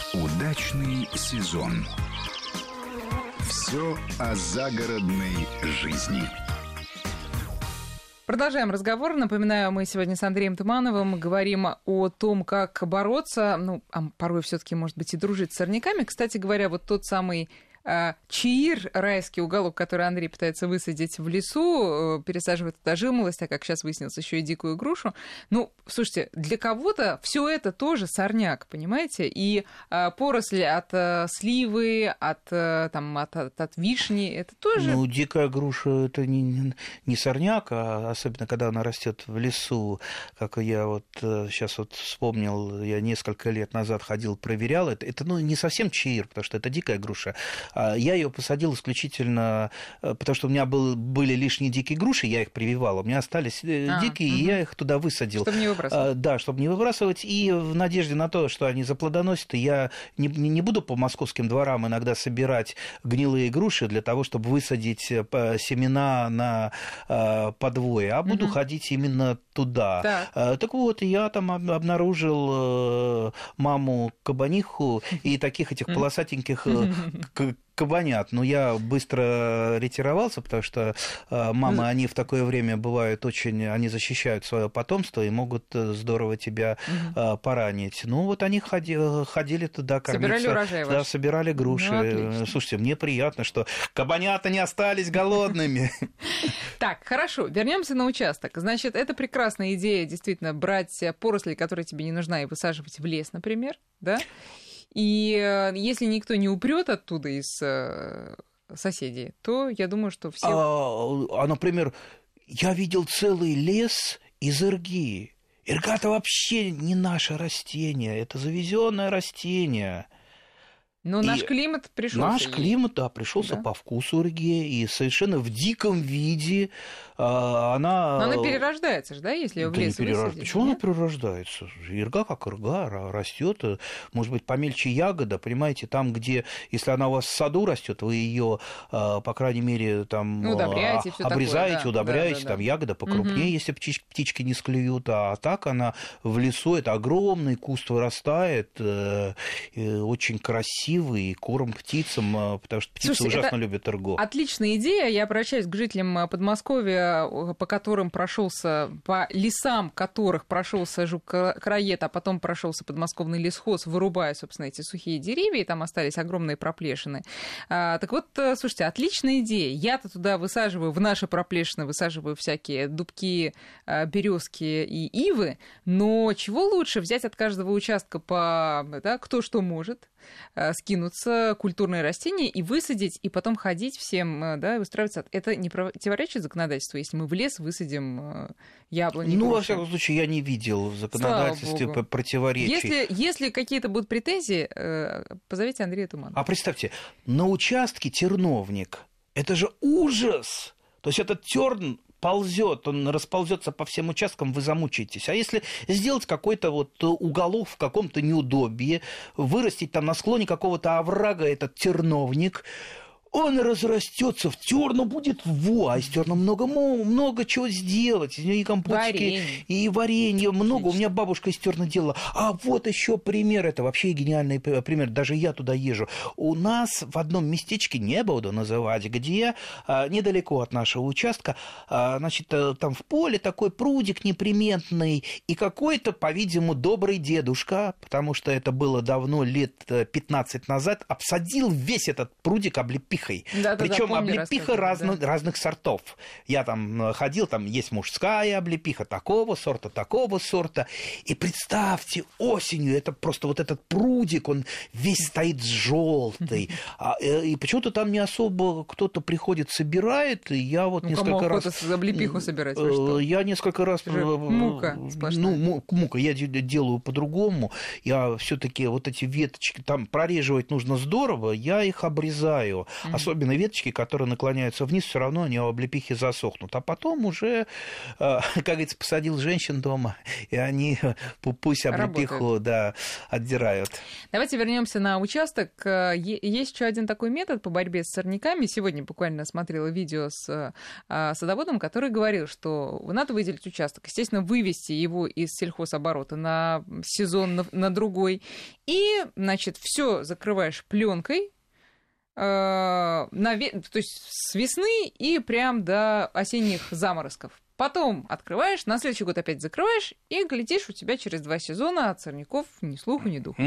Удачный сезон. Все о загородной жизни. Продолжаем разговор. Напоминаю, мы сегодня с Андреем Тумановым говорим о том, как бороться, порой все-таки, может быть, и дружить с сорняками. Кстати говоря, вот тот самый чаир, райский уголок, который Андрей пытается высадить в лесу, пересаживает туда жимолость, а как сейчас выяснилось, еще и дикую грушу. Слушайте, для кого-то все это тоже сорняк, понимаете? И поросли от сливы, от вишни, это тоже... Дикая груша — это не сорняк, а особенно когда она растет в лесу. Как я сейчас вспомнил, я несколько лет назад ходил, проверял, это не совсем чаир, потому что это дикая груша. Я ее посадил исключительно, потому что у меня были лишние дикие груши, я их прививал, у меня остались дикие, и я их туда высадил. Чтобы не выбрасывать. Да, чтобы не выбрасывать, и в надежде на то, что они заплодоносят, я не буду по московским дворам иногда собирать гнилые груши для того, чтобы высадить семена на подвое, а буду ходить именно туда. Так вот, я там обнаружил маму-кабаниху и таких этих полосатеньких кабанят. Но я быстро ретировался, потому что мамы, они в такое время бывают они защищают свое потомство и могут здорово тебя поранить. Они ходили туда кормиться. Собирали урожай ваш. Да, собирали груши. Слушайте, мне приятно, что кабанята не остались голодными. Так, хорошо, вернемся на участок. Значит, это прекрасная идея, действительно, брать поросль, которая тебе не нужна, и высаживать в лес, например, да? И если никто не упрет оттуда из соседей, то я думаю, что все... Например, я видел целый лес из ирги. Ирга-то вообще не наше растение, это завезенное растение. Но наш климат пришелся. Наш климат, да, пришелся по вкусу ирге, и совершенно в диком виде она... Но она перерождается же, да, если ее в лес высадить? Почему она перерождается? Ирга как ирга, растет, может быть, помельче ягода, понимаете, там, где, если она у вас в саду растет, вы ее, по крайней мере, там удобряете, обрезаете, такое, удобряете, там ягода покрупнее, если птички не склюют, а так она в лесу, это огромный куст вырастает, очень красивый, и корм птицам, потому что птицы ужасно любят иргу. Отличная идея. Я обращаюсь к жителям Подмосковья, по лесам которых прошелся жук-караед, а потом прошелся подмосковный лесхоз, вырубая, собственно, эти сухие деревья, и там остались огромные проплешины. Так вот, слушайте, отличная идея. Я-то туда высаживаю, в наши проплешины высаживаю всякие дубки, березки и ивы, но чего лучше взять от каждого участка кто что может, скинуться культурные растения и высадить, и потом ходить всем, и устраиваться. Это не противоречит законодательству, если мы в лес высадим яблони? Во всяком случае, я не видел в законодательстве противоречий. Если какие-то будут претензии, позовите Андрея Туманова. А представьте, на участке терновник. Это же ужас! То есть этот терн ползет, он расползется по всем участкам, вы замучаетесь. А если сделать какой-то уголок в каком-то неудобье, вырастить там на склоне какого-то оврага этот терновник, он разрастется в терну, будет а из терна много чего сделать. Из нее и компотики, и варенье, много. У меня бабушка из терна делала. А вот еще пример, это вообще гениальный пример. Даже я туда езжу. У нас в одном местечке, не буду называть, где недалеко от нашего участка, значит, там в поле такой прудик неприметный, и какой-то, по-видимому, добрый дедушка, потому что это было давно, лет 15 назад, обсадил весь этот прудик облепихой. Причем облепиха разных сортов. Я там ходил, там есть мужская облепиха такого сорта. И представьте, осенью это просто вот этот прудик, он весь стоит желтый. И почему-то там не особо кто-то приходит, собирает. И я несколько раз... облепиху собирать? Я несколько раз... Мука сплошная. Мука. Я делаю по-другому. Я все-таки вот эти веточки там прореживать нужно здорово, я их обрезаю. особенно веточки, которые наклоняются вниз, все равно они у облепихи засохнут. А потом уже, как говорится, посадил женщин дома, и они пусть облепиху отдирают. Давайте вернемся на участок. Есть еще один такой метод по борьбе с сорняками. Сегодня буквально смотрела видео с садоводом, который говорил, что надо выделить участок, естественно, вывести его из сельхозоборота на сезон, на другой, и, значит, все закрываешь пленкой, то есть с весны и прям до осенних заморозков. Потом открываешь, на следующий год опять закрываешь, и глядишь, у тебя через 2 сезона от сорняков ни слуху, ни духу.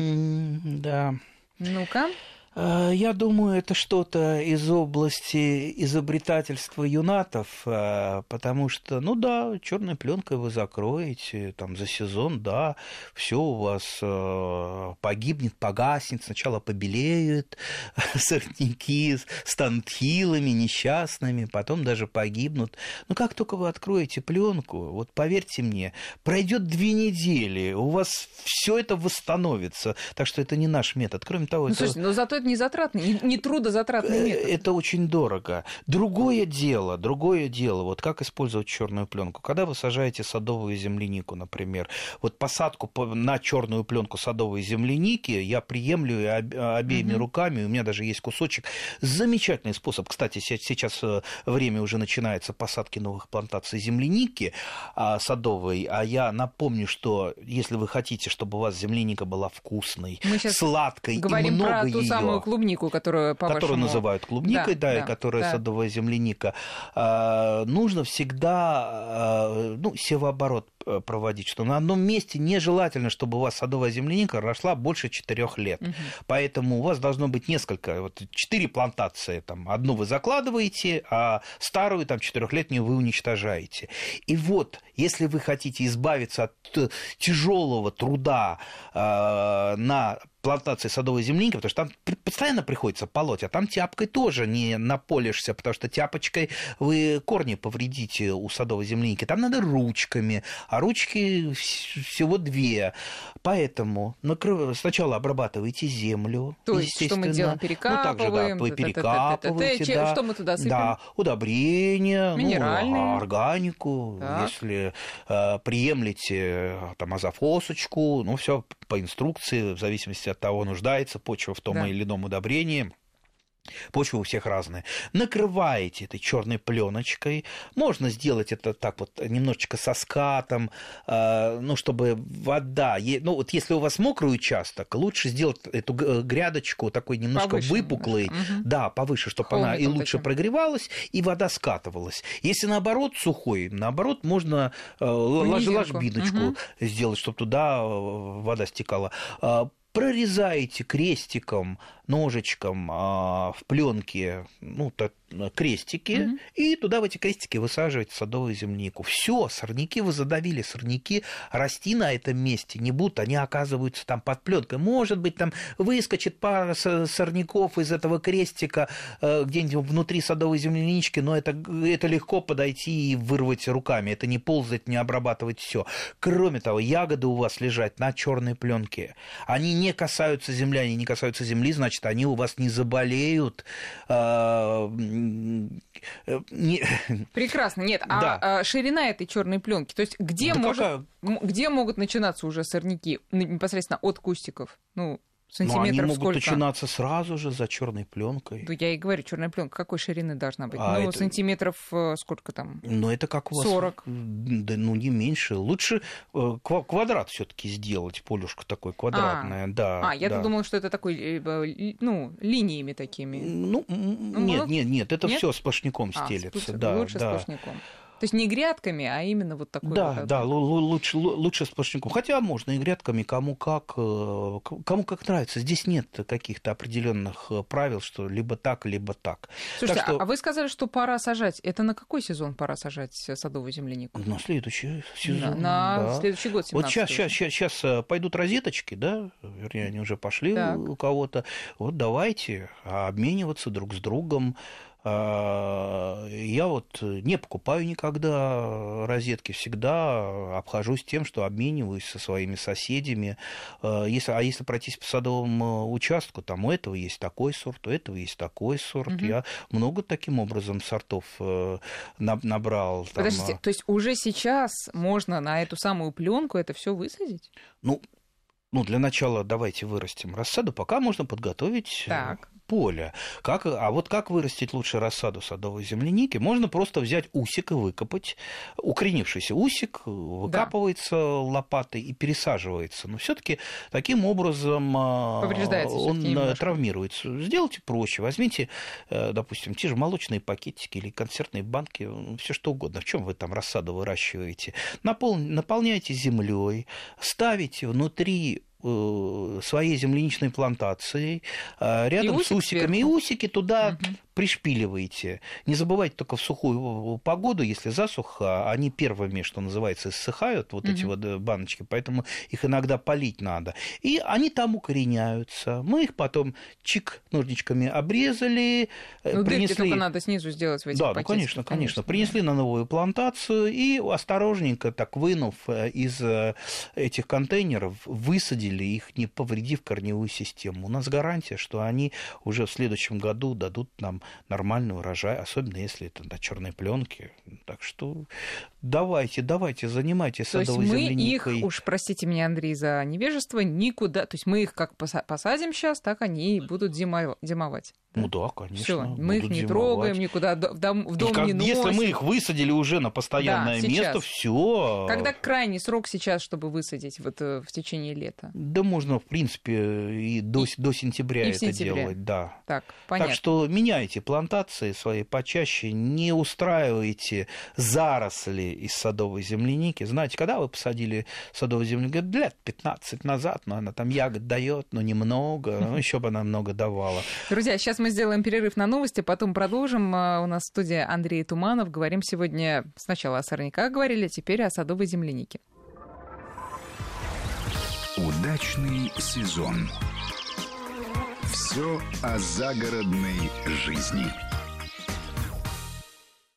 Да. Ну-ка. Я думаю, это что-то из области изобретательства юнатов, потому что, черной пленкой вы закроете там за сезон, все у вас погибнет, погаснет, сначала побелеют сорняки, станут хилыми, несчастными, потом даже погибнут. Но как только вы откроете пленку, вот поверьте мне, пройдет 2 недели, у вас все это восстановится. Так что это не наш метод. Кроме того, слушайте, но зато это не затратный, не трудозатратный метод. Это очень дорого. Другое дело, вот как использовать черную пленку. Когда вы сажаете садовую землянику, например, вот посадку на черную пленку садовой земляники я приемлю обеими руками, у меня даже есть кусочек. Замечательный способ. Кстати, сейчас время уже начинается посадки новых плантаций земляники садовой, а я напомню, что если вы хотите, чтобы у вас земляника была вкусной, сладкой и много ее... Говорим про ту самую клубнику, которую, которую называют клубникой, и которая садовая земляника, нужно всегда севооборот проводить, что на одном месте нежелательно, чтобы у вас садовая земляника росла больше 4 лет. Поэтому у вас должно быть несколько, 4 плантации. Там, одну вы закладываете, а старую, 4-летнюю, вы уничтожаете. И вот, если вы хотите избавиться от тяжелого труда на плантации садовой земляники, потому что там постоянно приходится полоть, а там тяпкой тоже не наполишься, потому что тяпочкой вы корни повредите у садовой земляники. Там надо ручками, а ручки всего 2. Поэтому сначала обрабатывайте землю. То есть, что мы делаем? Перекапываем? Перекапываете, что мы туда сыпем? Да, удобрения, минеральные, органику, если приемлете азофосочку, все по инструкции, в зависимости от того, нуждается почва в том или ином удобрении. Почва у всех разная. Накрываете этой черной пленочкой. Можно сделать это так немножечко со скатом, чтобы вода... если у вас мокрый участок, лучше сделать эту грядочку такой немножко повыше, выпуклой, повыше, чтобы она и лучше прогревалась, и вода скатывалась. Если наоборот сухой, можно ложбиночку сделать, чтобы туда вода стекала. Прорезаете крестиком, ножичком в пленке крестики, и туда в эти крестики высаживаете садовую землянику. Все, сорняки вы задавили, сорняки расти на этом месте не будут, они оказываются там под пленкой. Может быть, там выскочит пара сорняков из этого крестика где-нибудь внутри садовой землянички, но это легко подойти и вырвать руками. Это не ползать, не обрабатывать все. Кроме того, ягоды у вас лежат на черной пленке. Они не касаются земли, они не касаются земли, значит, они у вас не заболеют. Прекрасно. Нет, ширина этой черной пленки, то есть где могут начинаться уже сорняки непосредственно от кустиков? Сантиметров они могут сколько? Начинаться сразу же за черной пленкой. Я и говорю, черная пленка какой ширины должна быть? Сантиметров сколько там? Это как у вас? 40. Да, не меньше. Лучше квадрат все-таки сделать, полюшка такой квадратная. Я думала, что это такой, линиями такими. Нет, это все сплошняком стелется. Лучше сплошняком. То есть не грядками, а именно вот такой. Лучше сплошняком. Хотя можно и грядками, кому как нравится. Здесь нет каких-то определенных правил, что либо так, либо так. Слушайте, а вы сказали, что пора сажать. Это на какой сезон пора сажать садовую землянику? На следующий сезон. На следующий год, 17-й. Вот сейчас пойдут розеточки, вернее, они уже пошли у кого-то. Вот давайте обмениваться друг с другом Я вот не покупаю никогда розетки, всегда обхожусь тем, что обмениваюсь со своими соседями. Если пройтись по садовому участку, там у этого есть такой сорт, у этого есть такой сорт. Я много таким образом сортов набрал. Подождите, то есть уже сейчас можно на эту самую пленку это все высадить? Для начала давайте вырастим рассаду, пока можно подготовить поле. Как вырастить лучше рассаду садовой земляники? Можно просто взять усик и выкопать. Укоренившийся усик выкапывается лопатой и пересаживается. Но все-таки таким образом он травмируется. Сделайте проще. Возьмите, допустим, те же молочные пакетики или консервные банки, все что угодно. В чем вы там рассаду выращиваете? Наполняйте землей, ставите внутри своей земляничной плантацией, рядом с усиками, и усики туда пришпиливаете. Не забывайте только в сухую погоду, если засуха, они первыми, что называется, иссыхают, вот эти вот баночки, поэтому их иногда полить надо. И они там укореняются. Мы их потом ножничками обрезали, принесли... Дырки только надо снизу сделать в этих пакетиках. конечно. Принесли на новую плантацию и осторожненько, так вынув из этих контейнеров, высадили их, не повредив корневую систему. У нас гарантия, что они уже в следующем году дадут нам нормальный урожай, особенно если это на черной пленке. Так что давайте, занимайтесь садовой земляникой. То есть мы их, уж простите меня, Андрей, за невежество, никуда... То есть мы их как посадим сейчас, так они и будут зимовать. Да, конечно. Всё, мы их не трогаем, никуда в дом не носим. Если мы их высадили уже на постоянное место, все. Когда крайний срок сейчас, чтобы высадить в течение лета? Да можно, в принципе, и до сентября это делать. Да. Так, понятно. Так что меняйте плантации свои почаще, не устраивайте заросли из садовой земляники. Знаете, когда вы посадили садовую землянику? Лет 15 назад, но она там ягод дает, но немного, еще бы она много давала. Друзья, сейчас мы сделаем перерыв на новости, потом продолжим. У нас в студии Андрей Туманов. Говорим сегодня сначала о сорняках говорили, теперь о садовой землянике. Удачный сезон. Все о загородной жизни.